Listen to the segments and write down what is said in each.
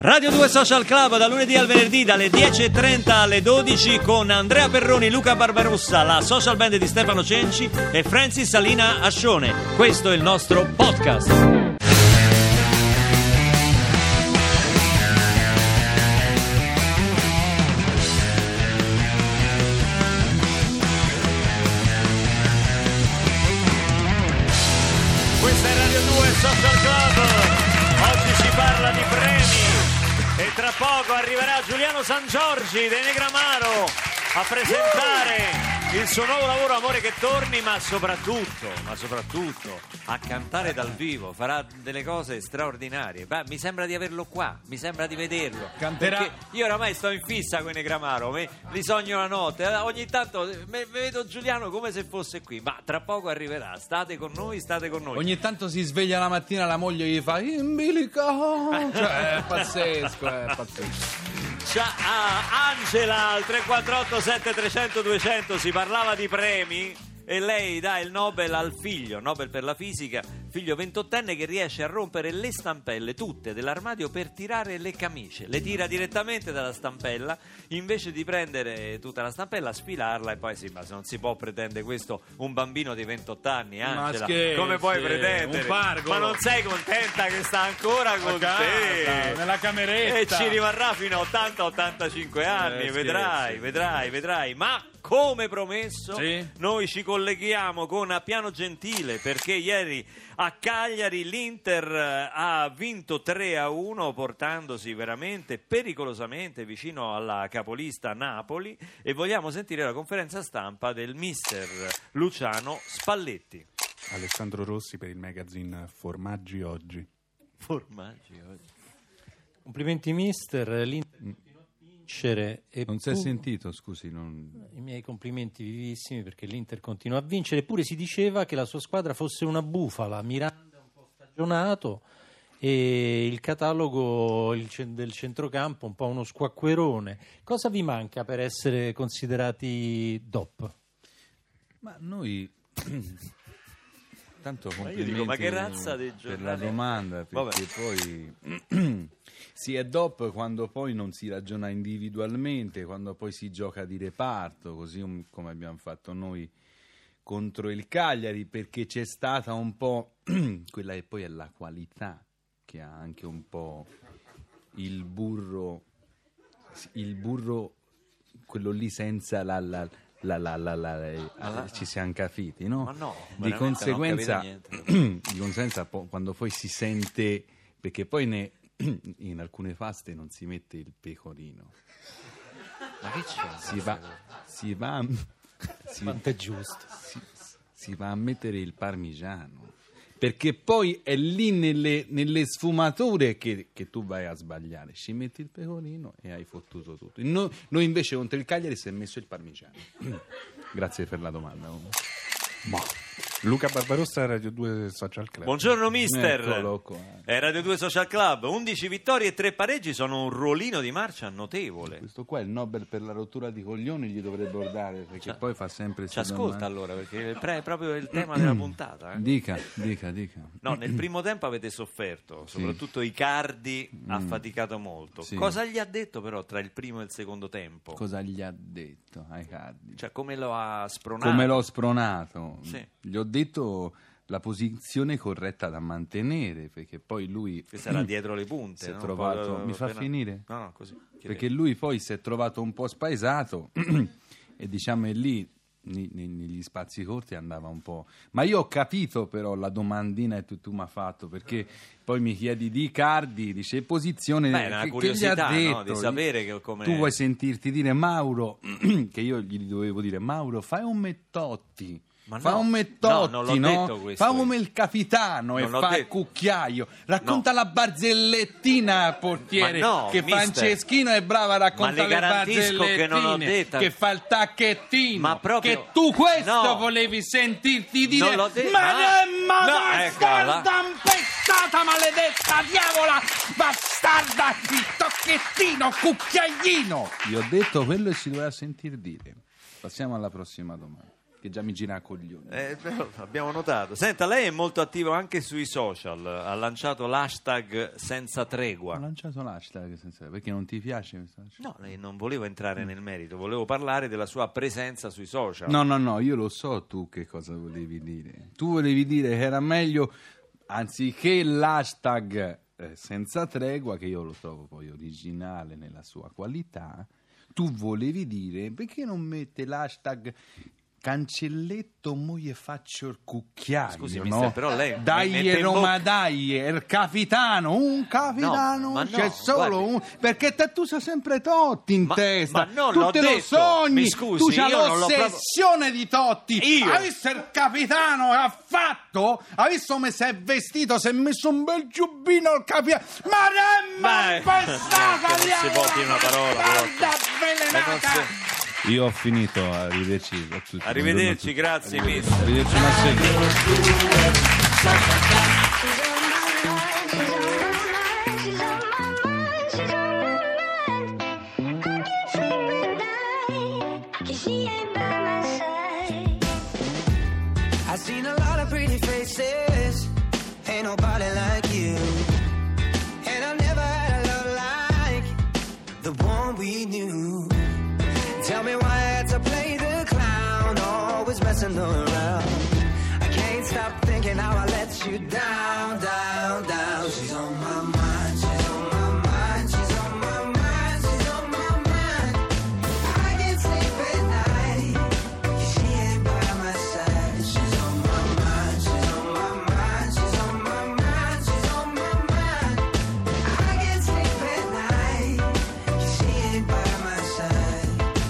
Radio 2 Social Club da lunedì al venerdì dalle 10.30 alle 12 con Andrea Perroni, Luca Barbarossa, la social band di Stefano Cenci e Francis Salina Ascione. Questo è il nostro podcast. Questa è Radio 2 Social Club. Oggi si parla di premi. E tra poco arriverà Giuliano Sangiorgi dei Negramaro a presentare il suo nuovo lavoro Amore che torni, ma soprattutto a cantare dal vivo. Farà delle cose straordinarie. Beh, mi sembra di averlo qua, mi sembra di vederlo. Canterà. Perché io oramai sto in fissa con i Negramaro, li sogno la notte. Ogni tanto vedo Giuliano come se fosse qui, ma tra poco arriverà. State con noi. Ogni tanto si sveglia la mattina, la moglie gli fa umbilico. Cioè, è pazzesco. Angela al 348 7300 200 si parlava di premi e lei dà il Nobel al figlio, Nobel per la fisica, figlio 28enne che riesce a rompere le stampelle tutte dell'armadio per tirare le camicie. Le tira direttamente dalla stampella invece di prendere tutta la stampella, sfilarla e poi sì, ma se non si può pretendere questo un bambino di 28 anni, Angela, come puoi pretendere? Un pargolo. Ma non sei contenta che sta ancora con te? Nella cameretta. E ci rimarrà fino a 80-85 anni, vedrai. Ma come promesso, sì, noi ci colleghiamo con Appiano Gentile perché ieri a Cagliari l'Inter ha vinto 3-1 portandosi veramente pericolosamente vicino alla capolista Napoli e vogliamo sentire la conferenza stampa del mister Luciano Spalletti. Alessandro Rossi per il magazine Formaggi Oggi. Complimenti mister, l'Inter continua a vincere e non si è sentito, scusi, i miei complimenti vivissimi perché l'Inter continua a vincere, eppure si diceva che la sua squadra fosse una bufala, Miranda un po' stagionato e il catalogo del centrocampo un po' uno squacquerone. Cosa vi manca per essere considerati DOP? Ma noi tanto complimenti, io dico, ma che razza di per la domanda, perché Vabbè. poi si è DOP quando poi non si ragiona individualmente, quando poi si gioca di reparto, così come abbiamo fatto noi contro il Cagliari, perché c'è stata un po' quella che poi è la qualità, che ha anche un po' il burro quello lì senza ci siamo capiti, no? Ma no, di conseguenza quando poi si sente, perché poi in alcune paste non si mette il pecorino, Ma che c'è? Quanto è giusto. si va a mettere il parmigiano, perché poi è lì nelle sfumature che tu vai a sbagliare. Ci metti il pecorino e hai fottuto tutto. Noi invece contro il Cagliari si è messo il parmigiano. Grazie per la domanda. Luca Barbarossa, Radio 2 Social Club. Buongiorno mister. Eccolo qua. È Radio 2 Social Club, 11 vittorie e 3 pareggi, sono un ruolino di marcia notevole. Questo qua è il Nobel per la rottura di coglioni, gli dovrebbero dare, perché poi fa sempre Ci ascolta allora, perché è proprio il tema della puntata. Dica. No, nel primo tempo avete sofferto, soprattutto Icardi ha faticato molto. Sì. Cosa gli ha detto però tra il primo e il secondo tempo? Cosa gli ha detto ai Icardi? Cioè come lo ha spronato? Come l'ho spronato? Sì. Gli ho detto la posizione corretta da mantenere, perché poi lui Che sarà dietro le punte, si è no? trovato. Poi, Mi fa finire? No, così. Perché lui poi si è trovato un po' spaesato e diciamo è lì negli spazi corti andava un po'. Ma io ho capito però la domandina che tu mi hai fatto, perché poi mi chiedi di Icardi, dice posizione. Beh, una che curiosità, gli ha detto? no? Di sapere che come... Tu vuoi sentirti dire Mauro, che io gli dovevo dire Mauro, fai un Mettotti. Ma fa no, un Mettotti, non l'ho detto questo fa io. come il capitano e Non l'ho fa il detto. cucchiaio. Racconta la barzellettina al portiere, Ma no, che mister. Franceschino è brava a Ma raccontare le le garantisco barzellettine, che non ho detto. che fa il tacchettino. Ma proprio... Che tu questo No. volevi sentirti dire. Non l'ho detto. Ma No, bastarda impestata, maledetta diavola, bastarda, il tacchettino, cucchiaino. Gli ho detto quello e si doveva sentir dire. Passiamo alla prossima domanda. che già mi gira a coglioni. Però abbiamo notato. Senta, lei è molto attivo anche sui social, ha lanciato l'hashtag senza Ho tregua. lanciato l'hashtag perché non ti piace questo hashtag? No, lei non volevo entrare nel merito, volevo parlare della sua presenza sui social. No, io lo so tu che cosa volevi dire. Tu volevi dire che era meglio, anziché l'hashtag senza tregua, che io lo trovo poi originale nella sua qualità, tu volevi dire perché non mette l'hashtag cancelletto mo gli faccio il cucchiaio. Scusi, no? mister, però lei dai mette in Roma, bocca- dai, il capitano, un capitano, No, ma c'è no, solo guardi. un, perché te tu sei sempre Totti in Ma- testa, ma non tu l'ho te lo detto. sogni, Mi scusi, tu c'hai io non l'ho proprio- l'ossessione di Totti. Io? Hai visto il capitano che ha fatto? Hai visto come si è vestito? Si è messo un bel giubbino il capitano. Ma impestata non si può dire una parola, guarda, Ma non si- Io ho finito, arrivederci a tutti. Arrivederci, grazie mister. Arrivederci una sera. I've seen a lot of pretty faces, ain't nobody like you. And I've never had a love like the one we knew. Tell me why I had to play the clown, always messing around. I can't stop thinking how I let you down, down, down. She's on my mind, she's on my mind, she's on my mind, she's on my mind. I can't sleep at night, 'cause she ain't by my side. She's on my mind, she's on my mind, she's on my mind, she's on my mind. I can't sleep at night, 'cause she ain't by my side.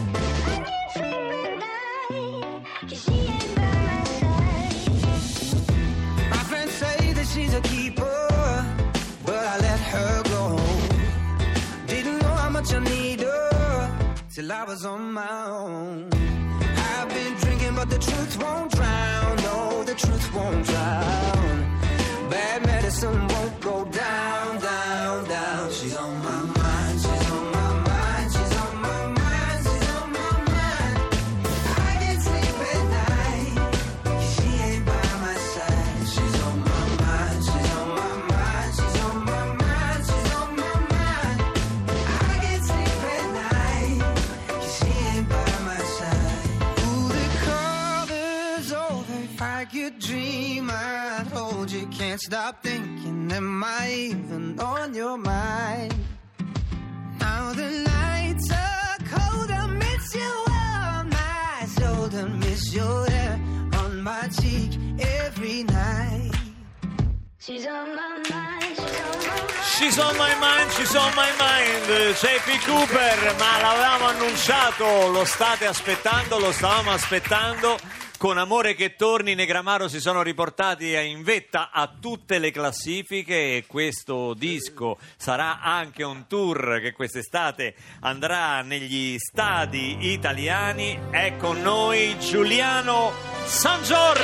My friends say that she's a keeper, but I let her go. Didn't know how much I need her till I was on my own. I've been drinking, but the truth won't drown. No, the truth won't drown. Bad medicine won't go down, down, down. She's on my mind, she's on my mind, she's on my mind, she's on my mind. I can't sleep at night, 'cause she ain't by my side. She's on my mind, she's on my mind, she's on my mind, she's on my mind. I can't sleep at night, 'cause she ain't by my side. Ooh, the cover's over. If I could dream, I'd hold you. Can't stop thinking, am I even on your mind? Now the nights are cold, I miss you on my shoulder, miss your hair on my cheek every night. She's on my mind, she's on my mind. She's on my mind, she's on my mind. J.P. Cooper, ma l'avevamo annunciato, lo state aspettando, lo stavamo aspettando. Con Amore che torni, Negramaro si sono riportati in vetta a tutte le classifiche e questo disco sarà anche un tour che quest'estate andrà negli stadi italiani. È con noi Giuliano Sangiorgi,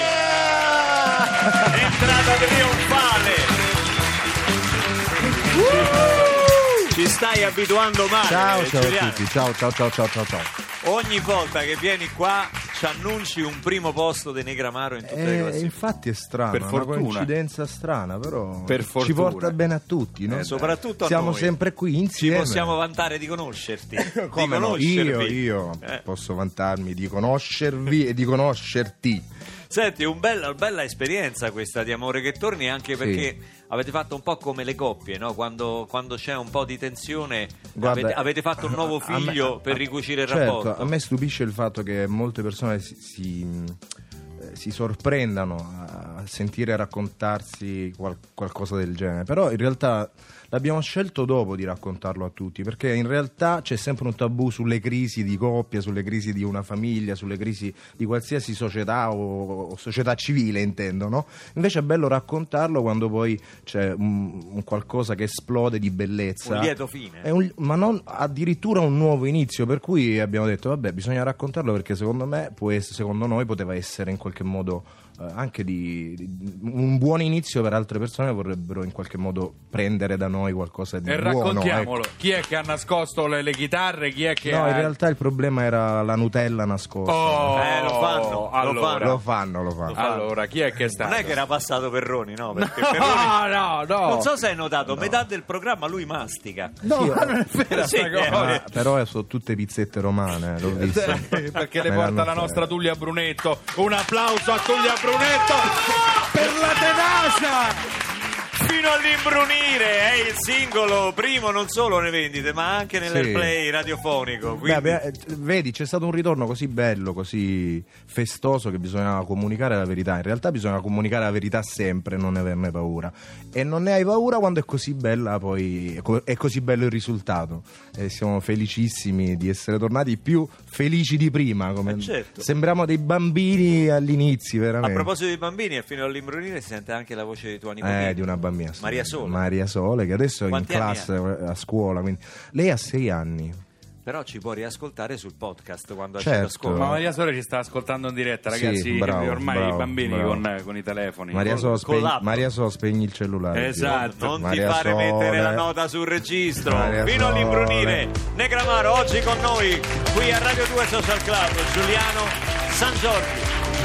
entrata trionfale. Ci stai abituando male, Ciao Giuliano. a tutti, ciao. Ogni volta che vieni qua ci annunci un primo posto di Negramaro in tutte le classifiche. Infatti è strano, Per è una fortuna. coincidenza strana, però Per ci fortuna. porta bene a tutti, no? Soprattutto a Siamo noi. sempre qui Ci insieme. possiamo vantare di conoscerti. Come di no? conoscervi. Io Eh. posso vantarmi di conoscervi e di conoscerti. Senti, bella esperienza questa di Amore che torni, anche perché avete fatto un po' come le coppie, no? Quando c'è un po' di tensione Guarda, avete fatto un nuovo a me- figlio per ricucire il certo, rapporto. a me stupisce il fatto che molte persone si sorprendano a sentire raccontarsi qualcosa del genere, però in realtà l'abbiamo scelto dopo di raccontarlo a tutti, perché in realtà c'è sempre un tabù sulle crisi di coppia, sulle crisi di una famiglia, sulle crisi di qualsiasi società o società civile, intendo, no? Invece è bello raccontarlo quando poi c'è un qualcosa che esplode di bellezza, Un lieto fine. ma non addirittura un nuovo inizio, per cui abbiamo detto vabbè, bisogna raccontarlo perché secondo noi poteva essere in qualche modo anche di un buon inizio per altre persone che vorrebbero in qualche modo prendere da noi qualcosa di E buono. raccontiamolo, ecco. chi è che ha nascosto le chitarre, chi è che No, ha... in realtà il problema era la Nutella nascosta. Lo fanno, allora. Lo fanno. Allora, chi è che sta? Non è che era passato Perroni, no? Perché Perroni, No. non so se hai notato, metà del programma lui mastica. No, non è vera Sì, sta cosa. Però sono tutte pizzette romane, l'ho visto. Perché le Me porta l'hanno la nostra fatto. Tullia Brunetto. Un applauso a Tullia Brunetto per la tenacia! Fino all'imbrunire è il singolo primo non solo nelle vendite ma anche nell'airplay radiofonico, quindi... Vedi, c'è stato un ritorno così bello, così festoso, che bisognava comunicare la verità. In realtà bisogna comunicare la verità sempre, non averne paura, e non ne hai paura quando è così bella, poi è così bello il risultato, e siamo felicissimi di essere tornati, più felici di prima, come certo. sembriamo dei bambini all'inizio, A veramente. proposito dei bambini, e fino all'imbrunire si sente anche la voce di tua nipotina. Di una bambina, sì. Maria Sole, che adesso è in Quanti anni classe a scuola, quindi lei ha 6 anni. però ci può riascoltare sul podcast quando Certo. esce da scuola. Ma Maria Sole ci sta ascoltando in diretta, Sì, ragazzi. bravo, ormai bravo, i bambini bravo. con i telefoni. Maria con So, l'app. spegni il cellulare. Esatto. Non Maria ti fare Sole. mettere la nota sul registro. Maria Fino Sole. all'imbrunire. Negramaro oggi con noi qui a Radio 2 Social Club, Giuliano San Giorgi.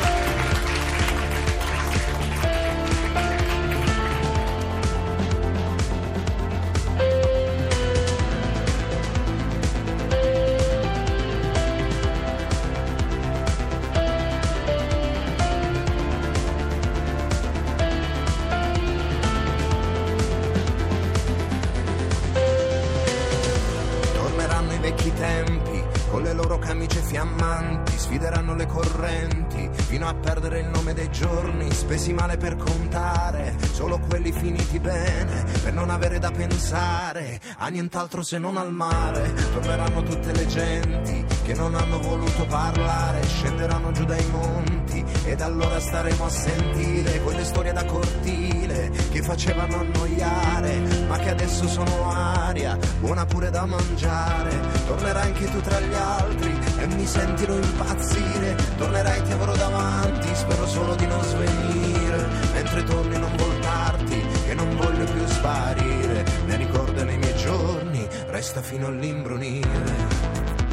Torneranno i vecchi tempi con le loro camicie fiammanti, sfideranno le correnti fino a perdere il nome dei giorni spesi male per contare, solo quelli finiti bene per non avere da pensare a nient'altro se non al mare. Torneranno tutte le genti che non hanno voluto parlare, scenderanno giù dai monti ed allora staremo a sentire quelle storie da cortile che facevano annoiare ma che adesso sono aria buona pure da mangiare. Tornerai anche tu tra gli altri e mi sentirò impazzire, tornerai, ti avrò davanti, spero solo di non svenire, mentre torni non voltarti che non voglio più sparire, ne ricordo nei miei giorni, resta fino all'imbrunire.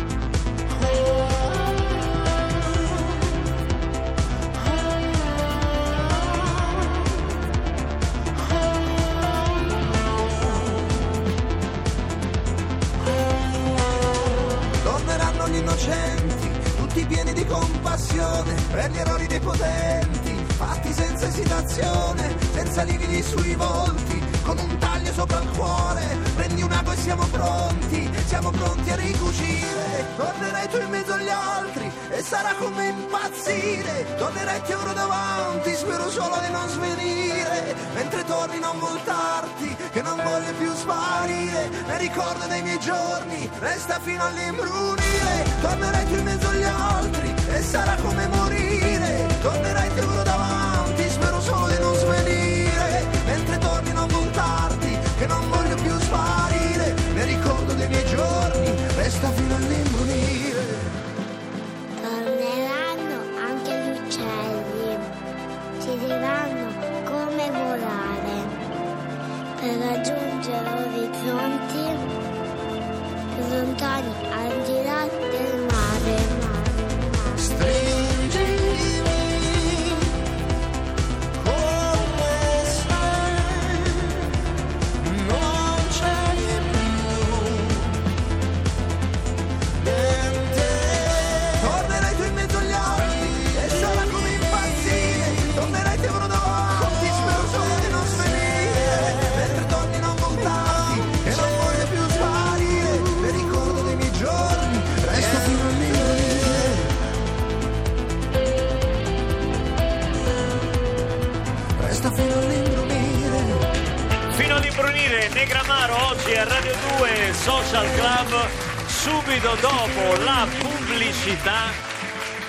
Torneranno gli innocenti, tutti pieni di compassione per gli errori dei potenti, fatti senza esitazione, senza lividi sui volti, con un taglio sopra il cuore. Prendi un ago e siamo pronti a ricucire. Tornerai tu in mezzo agli altri e sarà come impazzire, tornerai, ti avrò davanti, spero solo di non svenire, mentre torni non voltarti che non voglio più sparire, ne ricordo dei miei giorni, resta fino all'imbrunire. Tornerai tu in mezzo agli altri e sarà come morire, tornerai, ti avrò davanti, spero solo di non svenire, mentre torni non voltarti che non voglio più sparire, ne ricordo dei miei giorni, resta fino all'imbrunire. Torneranno anche gli uccelli, ci diranno come volare per raggiungere orizzonti lontani al di là del mare. Stringimi come sai, non c'è più niente. Tornerai tu in mezzo agli altri e sarà come impazzire, tornerai, ti avrò davanti, spero solo di non svenire, mentre torni non voltarti che non voglio più sparire, mi ricordo dei miei giorni, resto fino all'imbrunire. Resta fino all'imbrunire. Fino all'imbrunire, Negramaro oggi a Radio 2 Social Club. Subito dopo la pubblicità,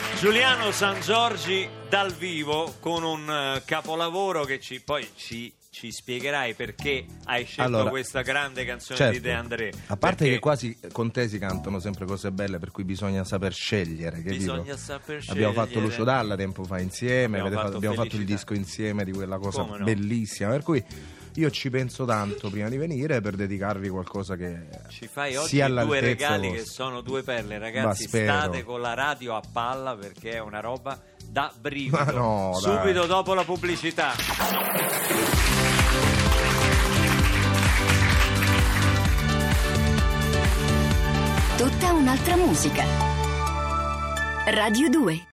Giuliano San Giorgi dal vivo con un capolavoro che ci ci spiegherai perché hai scelto Allora, questa grande canzone certo, di De André. a parte Perché che quasi con te si cantano sempre cose belle, per cui bisogna saper scegliere, capito? bisogna saper scegliere. Abbiamo fatto Lucio Dalla tempo fa insieme, abbiamo fatto il Felicità. disco insieme di quella cosa Come no? bellissima, per cui io ci penso tanto prima di venire per dedicarvi qualcosa che Ci fai oggi sia due all'altezza regali che vostra. sono due perle, Ma ragazzi. spero. State con la radio a palla perché è una roba da brivido. Ma no, dai. Subito dopo la pubblicità. Tutta un'altra musica. Radio 2.